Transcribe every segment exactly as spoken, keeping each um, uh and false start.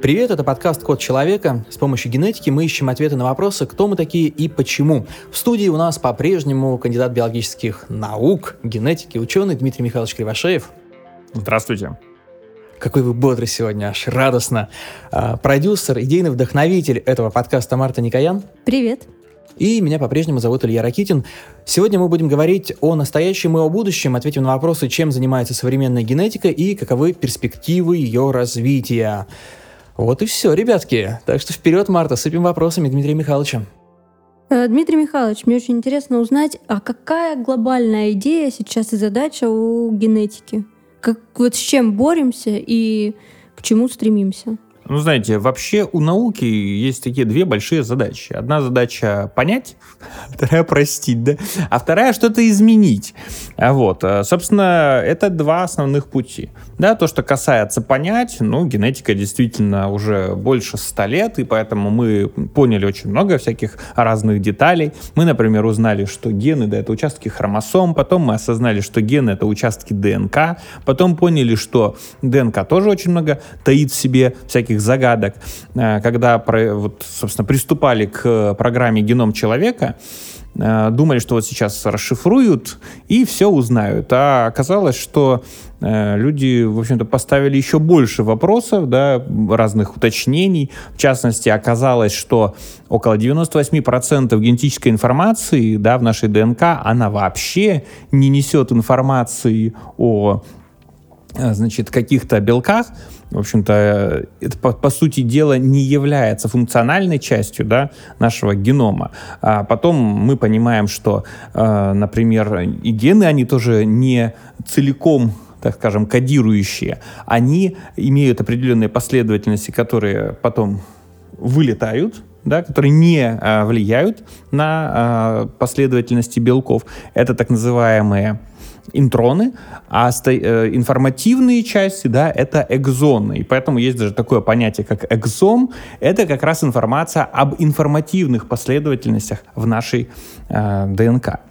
Привет, это подкаст «Код человека». С помощью генетики мы ищем ответы на вопросы, кто мы такие и почему. В студии у нас по-прежнему кандидат биологических наук, генетики, ученый Дмитрий Михайлович Кривошеев. Здравствуйте. Какой вы бодрый сегодня, аж радостно. А, продюсер, идейный вдохновитель этого подкаста Марта Никоян. Привет. И меня по-прежнему зовут Илья Ракитин. Сегодня мы будем говорить о настоящем и о будущем, ответим на вопросы, чем занимается современная генетика и каковы перспективы ее развития. Вот и все, ребятки. Так что вперед, Марта, сыпем вопросами Дмитрия Михайловича. Дмитрий Михайлович, мне очень интересно узнать, а какая глобальная идея сейчас и задача у генетики? Как, вот с чем боремся и к чему стремимся? Ну, знаете, вообще у науки есть такие две большие задачи. Одна задача — понять, вторая — простить, да? А вторая — что-то изменить. Вот. Собственно, это два основных пути. Да, то, что касается понять, ну, генетика действительно уже больше ста лет, и поэтому мы поняли очень много всяких разных деталей. Мы, например, узнали, что гены — да, это участки хромосом, потом мы осознали, что гены — это участки ДНК, потом поняли, что ДНК тоже очень много таит в себе всяких загадок. Когда, вот, собственно, приступали к программе «Геном человека», думали, что вот сейчас расшифруют и все узнают. А оказалось, что люди, в общем-то, поставили еще больше вопросов, да, разных уточнений. В частности, оказалось, что около девяносто восемь процентов генетической информации, да, в нашей ДНК, она вообще не несет информации о, значит, каких-то белках. В общем-то, это, по, по сути дела, не является функциональной частью, да, нашего генома. А потом мы понимаем, что, э, например, и гены, они тоже не целиком, так скажем, кодирующие. Они имеют определенные последовательности, которые потом вылетают, да, которые не э, влияют на э, последовательности белков. Это так называемые интроны, а сто, э, информативные части, да, это экзоны. И поэтому есть даже такое понятие, как экзом. Это как раз информация об информативных последовательностях в нашей э, ДНК.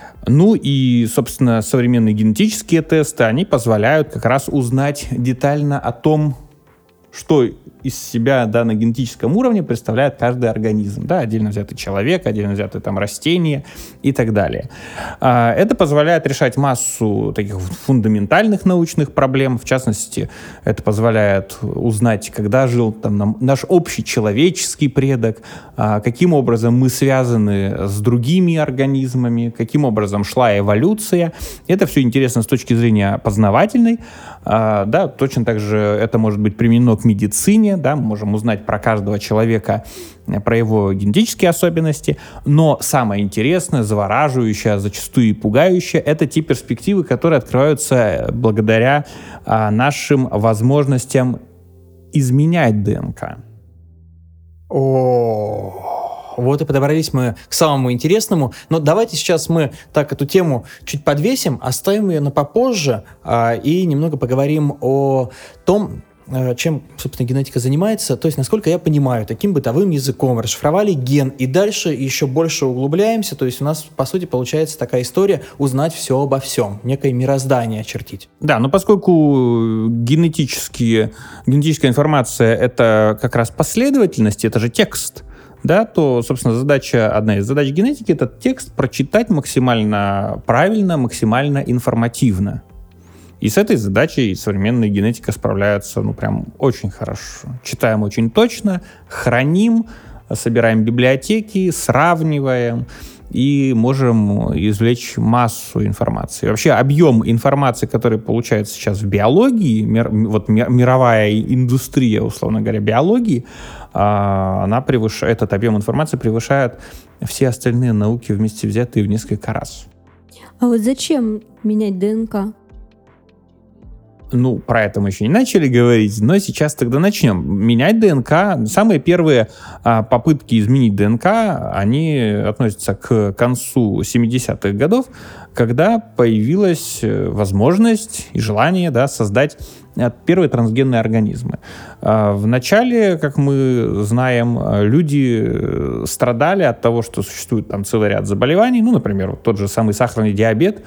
Ну и, собственно, современные генетические тесты, они позволяют как раз узнать детально о том, что из себя, да, на генетическом уровне представляет каждый организм, да, отдельно взятый человек, отдельно взятый там растение и так далее. Это позволяет решать массу таких фундаментальных научных проблем. В частности, это позволяет узнать, когда жил там наш общий человеческий предок, каким образом мы связаны с другими организмами, каким образом шла эволюция. Это все интересно с точки зрения познавательной. Да, точно так же это может быть применено к медицине, да, мы можем узнать про каждого человека, про его генетические особенности, но самое интересное, завораживающее, зачастую и пугающее — это те перспективы, которые открываются благодаря а, нашим возможностям изменять ДНК. О, вот и подобрались мы к самому интересному. Но давайте сейчас мы так эту тему чуть подвесим, оставим ее на попозже а, и немного поговорим о том, чем, собственно, генетика занимается. То есть, насколько я понимаю, таким бытовым языком расшифровали ген, и дальше еще больше углубляемся. То есть у нас, по сути, получается такая история узнать все обо всем, некое мироздание очертить. Да, но поскольку генетические, генетическая информация — это как раз последовательность, это же текст, да, то, собственно, задача, одна из задач генетики — этот текст прочитать максимально правильно, максимально информативно. И с этой задачей современная генетика справляется, ну, прям очень хорошо. Читаем очень точно, храним, собираем библиотеки, сравниваем и можем извлечь массу информации. Вообще объем информации, который получается сейчас в биологии, мир, вот мировая индустрия, условно говоря, биологии, она превышает, этот объем информации превышает все остальные науки вместе взятые в несколько раз. А вот зачем менять ДНК? Ну, про это мы еще не начали говорить, но сейчас тогда начнем. Менять ДНК. Самые первые а, попытки изменить ДНК, они относятся к концу семидесятых годов, когда появилась возможность и желание, да, создать первые трансгенные организмы. Вначале, как мы знаем, люди страдали от того, что существует там целый ряд заболеваний, ну, например, вот тот же самый сахарный диабет,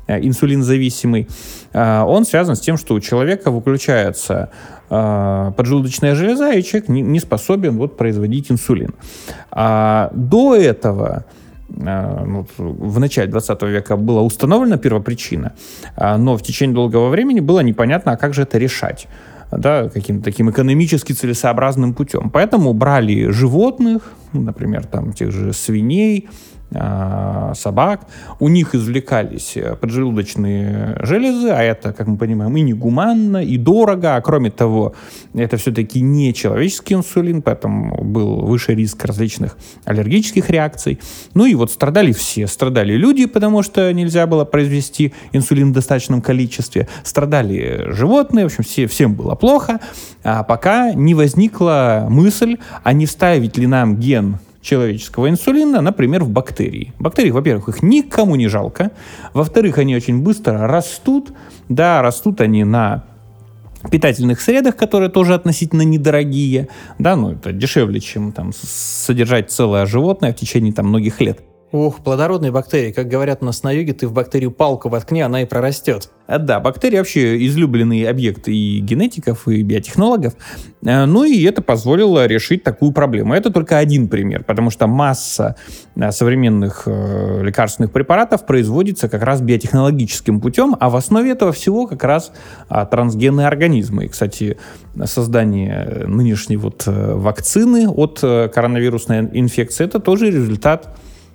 инсулинзависимый, он связан с тем, что у человека выключается поджелудочная железа, и человек не способен вот производить инсулин. А до этого, ну, в начале двадцатого века была установлена первопричина, но в течение долгого времени было непонятно, а как же это решать, да, каким-то таким экономически целесообразным путем. Поэтому брали животных, например, там, тех же свиней, собак, у них извлекались поджелудочные железы, а это, как мы понимаем, и негуманно, и дорого, а кроме того, это все-таки не человеческий инсулин, поэтому был выше риск различных аллергических реакций. Ну и вот страдали все. Страдали люди, потому что нельзя было произвести инсулин в достаточном количестве, страдали животные, в общем, все, всем было плохо, а пока не возникла мысль, а не вставить ли нам ген человеческого инсулина, например, в бактерии. Бактерии, во-первых, их никому не жалко. Во-вторых, они очень быстро растут. Да, растут они на питательных средах, которые тоже относительно недорогие. Да, ну это дешевле, чем там содержать целое животное в течение там многих лет. Ох, плодородные бактерии. Как говорят у нас на юге, ты в бактерию палку воткни, она и прорастет. А, да, бактерии вообще излюбленный объект и генетиков, и биотехнологов. Ну и это позволило решить такую проблему. Это только один пример, потому что масса современных э, лекарственных препаратов производится как раз биотехнологическим путем, а в основе этого всего как раз а, трансгенные организмы. И, кстати, создание нынешней вот вакцины от коронавирусной инфекции — это тоже результат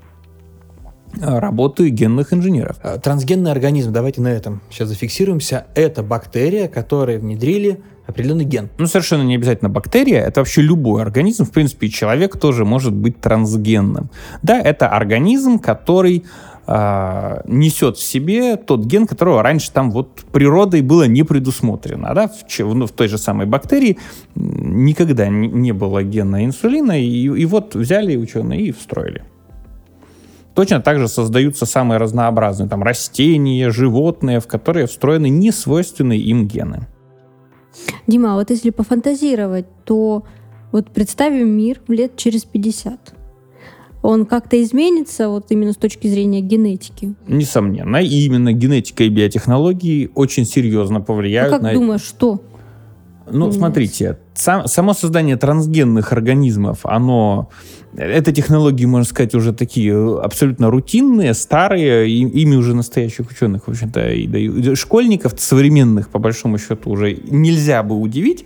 работы генных инженеров. Трансгенный организм, давайте на этом сейчас зафиксируемся, это бактерия, которые внедрили определенный ген. Ну, совершенно не обязательно бактерия, это вообще любой организм. В принципе, человек тоже может быть трансгенным. Да, это организм, который э, несет в себе тот ген, которого раньше там вот природой было не предусмотрено. Да? В, в, в той же самой бактерии никогда не, не было гена инсулина, и, и вот взяли ученые и встроили. Точно так же создаются самые разнообразные там, растения, животные, в которые встроены несвойственные им гены. Дима, а вот если пофантазировать, то вот представим мир лет через пятьдесят. Он как-то изменится вот именно с точки зрения генетики? Несомненно. И именно генетика и биотехнологии очень серьезно повлияют а как на... как думаешь, что? Ну, Нет. смотрите, сам, само создание трансгенных организмов, оно... Это технологии, можно сказать, уже такие абсолютно рутинные, старые, и, ими уже настоящих ученых, в общем-то, и, да, и школьников современных, по большому счету, уже нельзя бы удивить.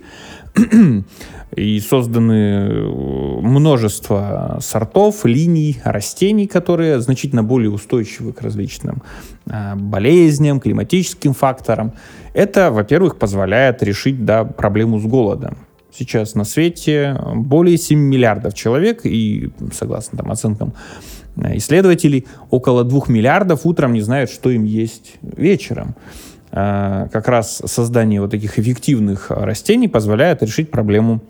И созданы множество сортов, линий, растений, которые значительно более устойчивы к различным э, болезням, климатическим факторам. Это, во-первых, позволяет решить, да, проблему с голодом. Сейчас на свете более семь миллиардов человек, и, согласно там, оценкам исследователей, около двух миллиардов утром не знают, что им есть вечером. Э, как раз создание вот таких эффективных растений позволяет решить проблему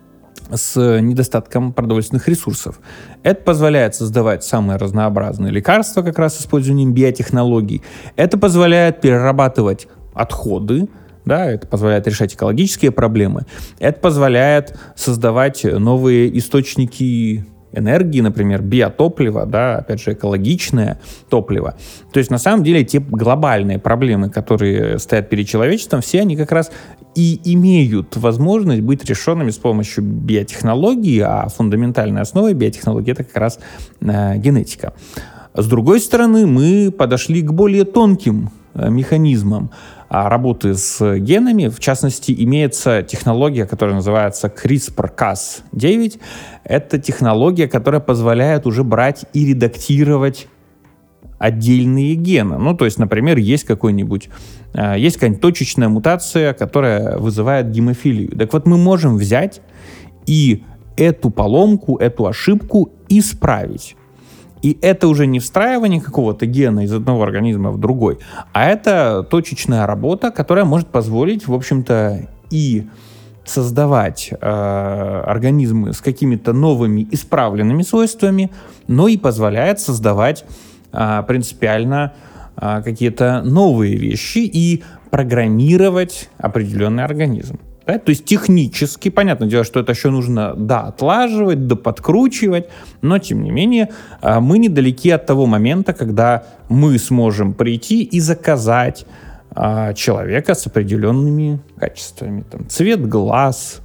с недостатком продовольственных ресурсов. Это позволяет создавать самые разнообразные лекарства как раз с использованием биотехнологий. Это позволяет перерабатывать отходы, да, это позволяет решать экологические проблемы. Это позволяет создавать новые источники энергии, например, биотопливо, да, опять же, экологичное топливо. То есть, на самом деле, те глобальные проблемы, которые стоят перед человечеством, все они как раз и имеют возможность быть решенными с помощью биотехнологий, а фундаментальной основой биотехнологии — это как раз э, генетика. С другой стороны, мы подошли к более тонким э, механизмам работы с генами. В частности, имеется технология, которая называется криспр кас девять. Это технология, которая позволяет уже брать и редактировать отдельные гены. Ну, то есть, например, есть какой-нибудь, э, есть какая-нибудь точечная мутация, которая вызывает гемофилию. Так вот, мы можем взять и эту поломку, эту ошибку исправить. И это уже не встраивание какого-то гена из одного организма в другой, а это точечная работа, которая может позволить, в общем-то, и создавать э, организмы с какими-то новыми исправленными свойствами, но и позволяет создавать э, принципиально э, какие-то новые вещи и программировать определенный организм. Да? То есть технически, понятное дело, что это еще нужно, да, отлаживать, да, подкручивать, но, тем не менее, мы недалеки от того момента, когда мы сможем прийти и заказать человека с определенными качествами. Там, цвет глаз,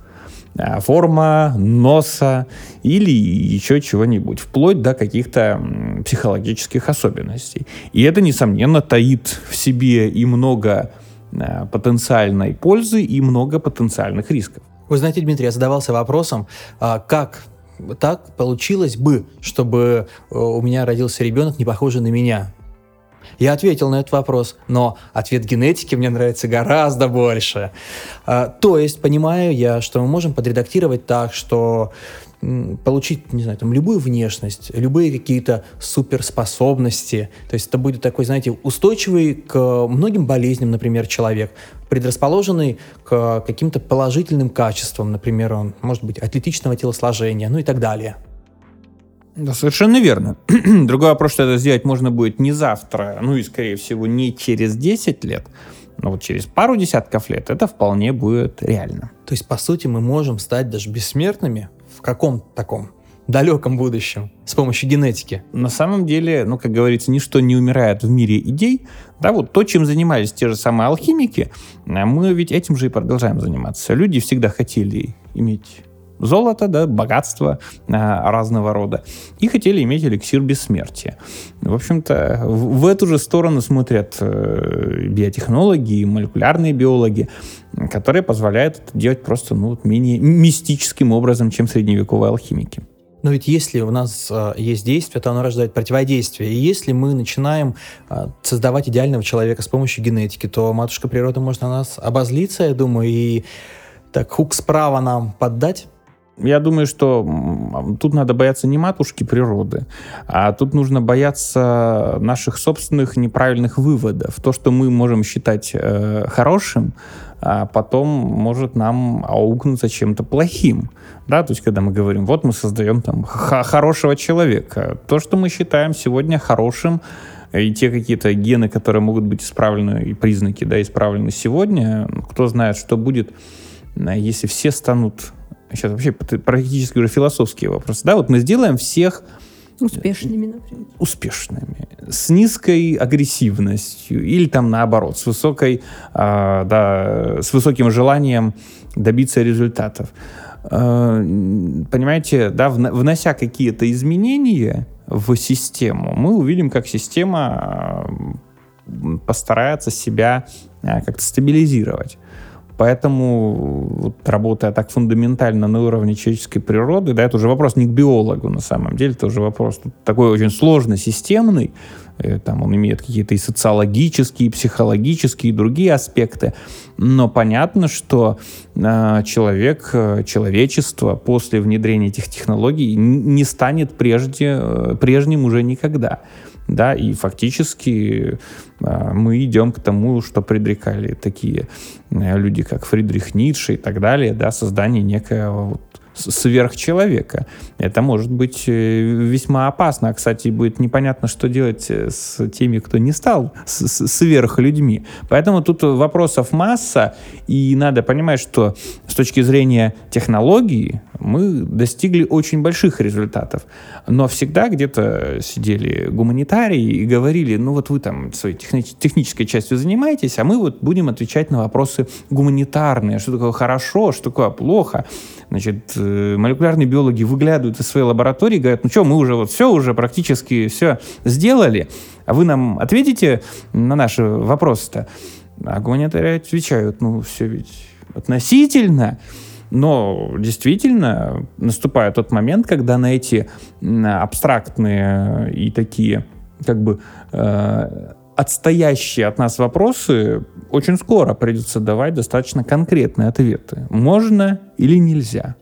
форма носа или еще чего-нибудь, вплоть до каких-то психологических особенностей. И это, несомненно, таит в себе и много потенциальной пользы, и много потенциальных рисков. Вы знаете, Дмитрий, я задавался вопросом, как так получилось бы, чтобы у меня родился ребенок, не похожий на меня. Я ответил на этот вопрос, но ответ генетики мне нравится гораздо больше. То есть, понимаю я, что мы можем подредактировать так, что получить, не знаю, там, любую внешность, любые какие-то суперспособности. То есть это будет такой, знаете, устойчивый к многим болезням, например, человек, предрасположенный к каким-то положительным качествам, например, он может быть атлетичного телосложения, ну и так далее. Да, совершенно верно. Другой вопрос, что это сделать можно будет не завтра, ну и, скорее всего, не через десять лет, но вот через пару десятков лет это вполне будет реально. То есть, по сути, мы можем стать даже бессмертными в каком-то таком далеком будущем с помощью генетики. На самом деле, ну, как говорится, ничто не умирает в мире идей. Да, вот то, чем занимались те же самые алхимики, мы ведь этим же и продолжаем заниматься. Люди всегда хотели иметь золото, да, богатство а, разного рода. И хотели иметь эликсир бессмертия. В общем-то, в, в эту же сторону смотрят э, биотехнологи и молекулярные биологи, которые позволяют это делать просто ну, менее мистическим образом, чем средневековые алхимики. Но ведь если у нас э, есть действие, то оно рождает противодействие. И если мы начинаем э, создавать идеального человека с помощью генетики, то матушка природа может на нас обозлиться, я думаю, и так хук справа нам поддать. Я думаю, что тут надо бояться не матушки природы, а тут нужно бояться наших собственных неправильных выводов. То, что мы можем считать э, хорошим, а потом может нам аукнуться чем-то плохим. Да? То есть, когда мы говорим, вот мы создаем там х- хорошего человека. То, что мы считаем сегодня хорошим, и те какие-то гены, которые могут быть исправлены, и признаки, да, исправлены сегодня, кто знает, что будет, если все станут... Сейчас вообще практически уже философские вопросы. Да, вот мы сделаем всех успешными, например. Успешными, с низкой агрессивностью или там наоборот, с высокой, э, да, с высоким желанием добиться результатов. Э, понимаете, да, внося какие-то изменения в систему, мы увидим, как система постарается себя как-то стабилизировать. Поэтому, вот, работая так фундаментально на уровне человеческой природы, да, это уже вопрос не к биологу на самом деле, это уже вопрос такой очень сложно системный, там он имеет какие-то и социологические, и психологические, и другие аспекты, но понятно, что э, человек, человечество после внедрения этих технологий не станет прежде, э, прежним уже никогда. Да, и фактически э, мы идем к тому, что предрекали такие э, люди, как Фридрих Ницше и так далее, да, создание некоего вот сверхчеловека. Это может быть весьма опасно. Кстати, будет непонятно, что делать с теми, кто не стал сверхлюдьми. Поэтому тут вопросов масса, и надо понимать, что с точки зрения технологий мы достигли очень больших результатов. Но всегда где-то сидели гуманитарии и говорили, ну вот вы там своей техни- технической частью занимаетесь, а мы вот будем отвечать на вопросы гуманитарные. Что такое хорошо, что такое плохо. Значит, молекулярные биологи выглядывают из своей лаборатории и говорят, ну что, мы уже вот все, уже практически все сделали, а вы нам ответите на наши вопросы-то? А гуманитарии отвечают, ну все ведь относительно. Но действительно наступает тот момент, когда на эти абстрактные и такие как бы э, отстоящие от нас вопросы очень скоро придется давать достаточно конкретные ответы. Можно или нельзя.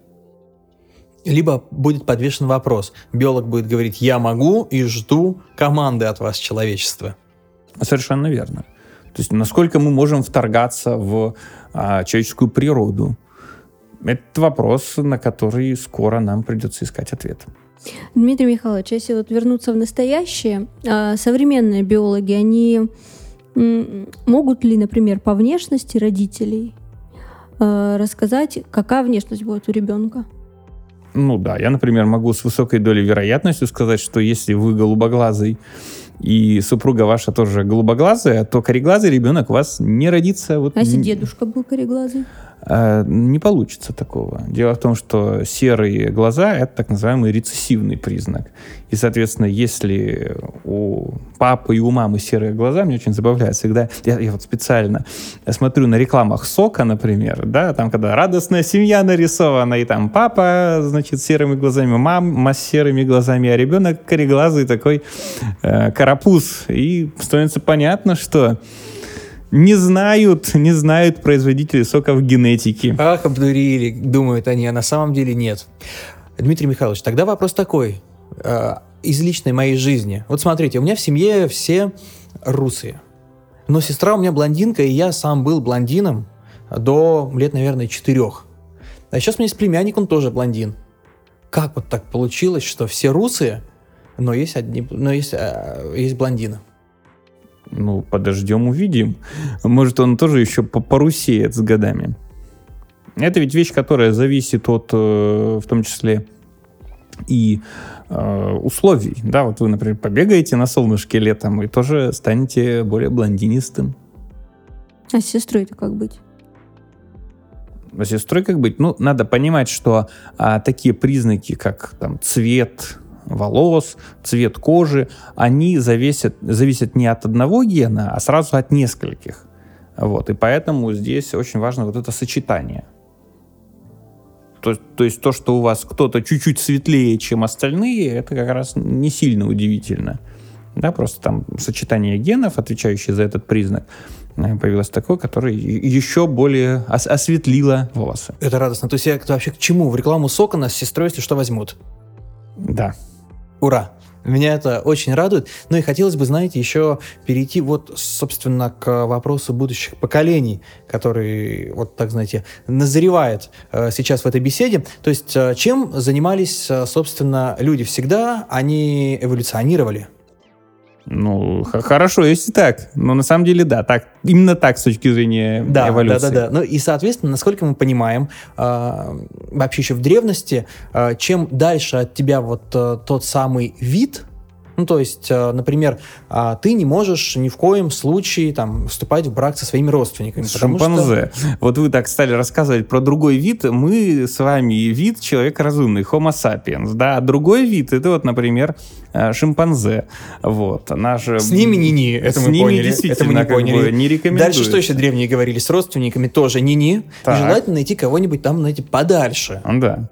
Либо будет подвешен вопрос. Биолог будет говорить «я могу» и жду команды от вас, человечества. Совершенно верно. То есть насколько мы можем вторгаться в а, человеческую природу. Это вопрос, на который скоро нам придется искать ответ. Дмитрий Михайлович, если вот вернуться в настоящее, современные биологи, они могут ли, например, по внешности родителей э, рассказать, какая внешность будет у ребенка. Ну да, я, например, могу с высокой долей вероятностью сказать, что если вы голубоглазый и супруга ваша тоже голубоглазая, то кореглазый ребенок у вас не родится. Вот А если н- дедушка был кореглазый? а, не получится такого. Дело в том, что серые глаза — это так называемый рецессивный признак. И, соответственно, если у папы и у мамы серые глаза, мне очень забавляет всегда, я, я вот специально смотрю на рекламах сока, например, да, там, когда радостная семья нарисована, и там папа, значит, с серыми глазами, мама с серыми глазами, а ребенок кореглазый такой э, карапуз. И становится понятно, что не знают, не знают производители соков генетики. Ах, обдурили, думают они, а на самом деле нет. Дмитрий Михайлович, тогда вопрос такой, э, из личной моей жизни. Вот смотрите, у меня в семье все русые, но сестра у меня блондинка, и я сам был блондином до лет, наверное, четырех. А сейчас у меня есть племянник, он тоже блондин. Как вот так получилось, что все русые, но есть одни, но есть, э, есть блондины? Ну, подождем, увидим. Может, он тоже еще порусеет с годами. Это ведь вещь, которая зависит от, э, в том числе, и э, условий. Да, вот вы, например, побегаете на солнышке летом и тоже станете более блондинистым. А с сестрой-то как быть? А с сестрой как быть? Ну, надо понимать, что а, такие признаки, как там цвет волос, цвет кожи, они зависят, зависят не от одного гена, а сразу от нескольких. Вот. И поэтому здесь очень важно вот это сочетание. То, то есть то, что у вас кто-то чуть-чуть светлее, чем остальные, это как раз не сильно удивительно. Да, просто там сочетание генов, отвечающие за этот признак, появилось такое, которое еще более ос- осветлило волосы. Это радостно. То есть я вообще к чему? В рекламу сока нас с сестрой, если что, возьмут. Да. Ура! Меня это очень радует. Ну и хотелось бы, знаете, еще перейти вот, собственно, к вопросу будущих поколений, который, вот так, знаете, назревает э, сейчас в этой беседе. То есть э, чем занимались, э, собственно, люди всегда? Они эволюционировали. Ну, х- хорошо, если так. Но на самом деле, да, так, именно так с точки зрения Да, эволюции. да, да, да. Ну и, соответственно, насколько мы понимаем, э, вообще еще в древности, э, чем дальше от тебя вот э, тот самый вид, ну, то есть, э, например, э, ты не можешь ни в коем случае там вступать в брак со своими родственниками. С потому шимпанзе. Что... Вот вы так стали рассказывать про другой вид. Мы с вами вид человека разумный, Homo sapiens, да, а другой вид — это вот, например, шимпанзе. Вот. Наш... С ними не-не, это с мы ними поняли. действительно Это мы не как поняли. бы не рекомендуется. Дальше что еще древние говорили? С родственниками тоже не-не. Так. И желательно найти кого-нибудь там, знаете, подальше. Да.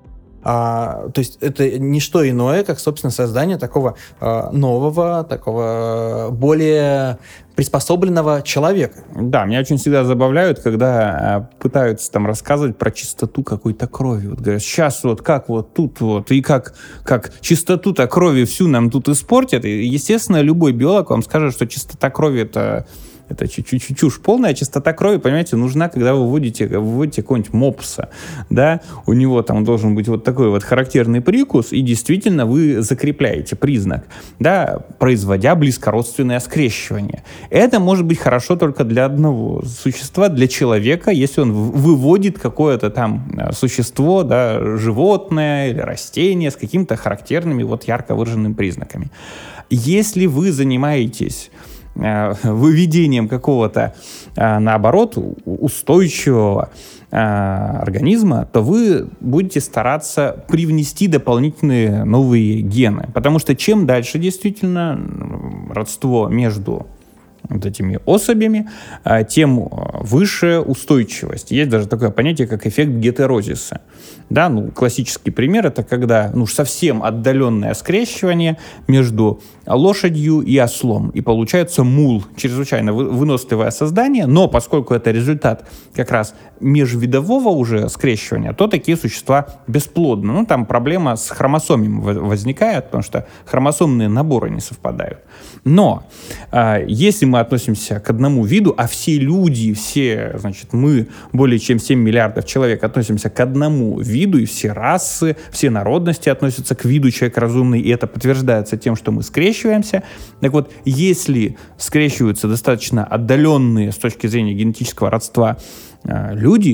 А, то есть это не что иное, как, собственно, создание такого а, нового, такого более приспособленного человека. Да, меня очень всегда забавляют, когда а, пытаются там рассказывать про чистоту какой-то крови. Вот говорят, сейчас вот как вот тут вот, и как, как чистоту-то крови всю нам тут испортят. И, естественно, любой биолог вам скажет, что чистота крови — это... Это чуть-чуть чушь полная. Чистота крови, понимаете, нужна, когда вы вводите, вводите какого-нибудь мопса, да, у него там должен быть вот такой вот характерный прикус, и действительно вы закрепляете признак, да, производя близкородственное скрещивание. Это может быть хорошо только для одного существа, для человека, если он выводит какое-то там существо, да, животное или растение с какими-то характерными вот ярко выраженными признаками. Если вы занимаетесь выведением какого-то, наоборот, устойчивого организма, то вы будете стараться привнести дополнительные новые гены. Потому что чем дальше действительно родство между вот этими особями, тем выше устойчивость. Есть даже такое понятие, как эффект гетерозиса. Да, ну, классический пример — это когда ну, совсем отдаленное скрещивание между лошадью и ослом. И получается мул, чрезвычайно выносливое создание, но поскольку это результат как раз межвидового уже скрещивания, то такие существа бесплодны. Ну, там проблема с хромосомами возникает, потому что хромосомные наборы не совпадают. Но э, если мы относимся к одному виду, а все люди, все, значит, мы, более чем семь миллиардов человек, относимся к одному виду, и все расы, все народности относятся к виду человек разумный, и это подтверждается тем, что мы скрещиваемся. Так вот, если скрещиваются достаточно отдаленные с точки зрения генетического родства э, люди,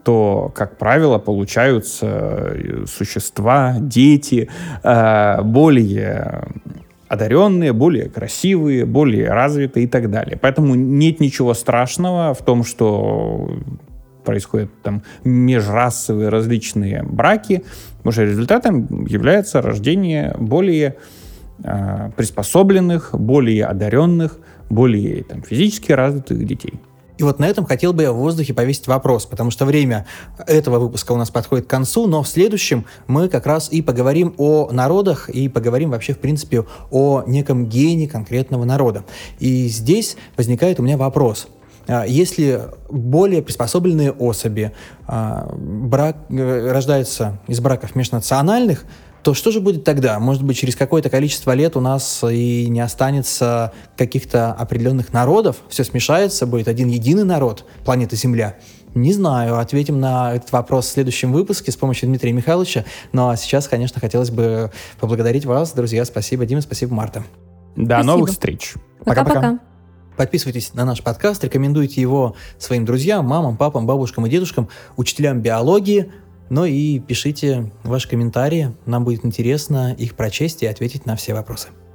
то, как правило, получаются существа, дети, более одаренные, более красивые, более развитые и так далее. Поэтому нет ничего страшного в том, что происходят там межрасовые различные браки, потому что результатом является рождение более э, приспособленных, более одаренных, более там, физически развитых детей. И вот на этом хотел бы я в воздухе повесить вопрос, потому что время этого выпуска у нас подходит к концу, но в следующем мы как раз и поговорим о народах и поговорим вообще, в принципе, о неком гене конкретного народа. И здесь возникает у меня вопрос. Если более приспособленные особи брак, рождаются из браков межнациональных, то что же будет тогда? Может быть, через какое-то количество лет у нас и не останется каких-то определенных народов, все смешается, будет один единый народ, планеты Земля? Не знаю, ответим на этот вопрос в следующем выпуске с помощью Дмитрия Михайловича. Ну а сейчас, конечно, хотелось бы поблагодарить вас, друзья. Спасибо, Дима, спасибо, Марта. До Спасибо. новых встреч. Пока-пока. Подписывайтесь на наш подкаст, рекомендуйте его своим друзьям, мамам, папам, бабушкам и дедушкам, учителям биологии. Ну и пишите ваши комментарии, нам будет интересно их прочесть и ответить на все вопросы.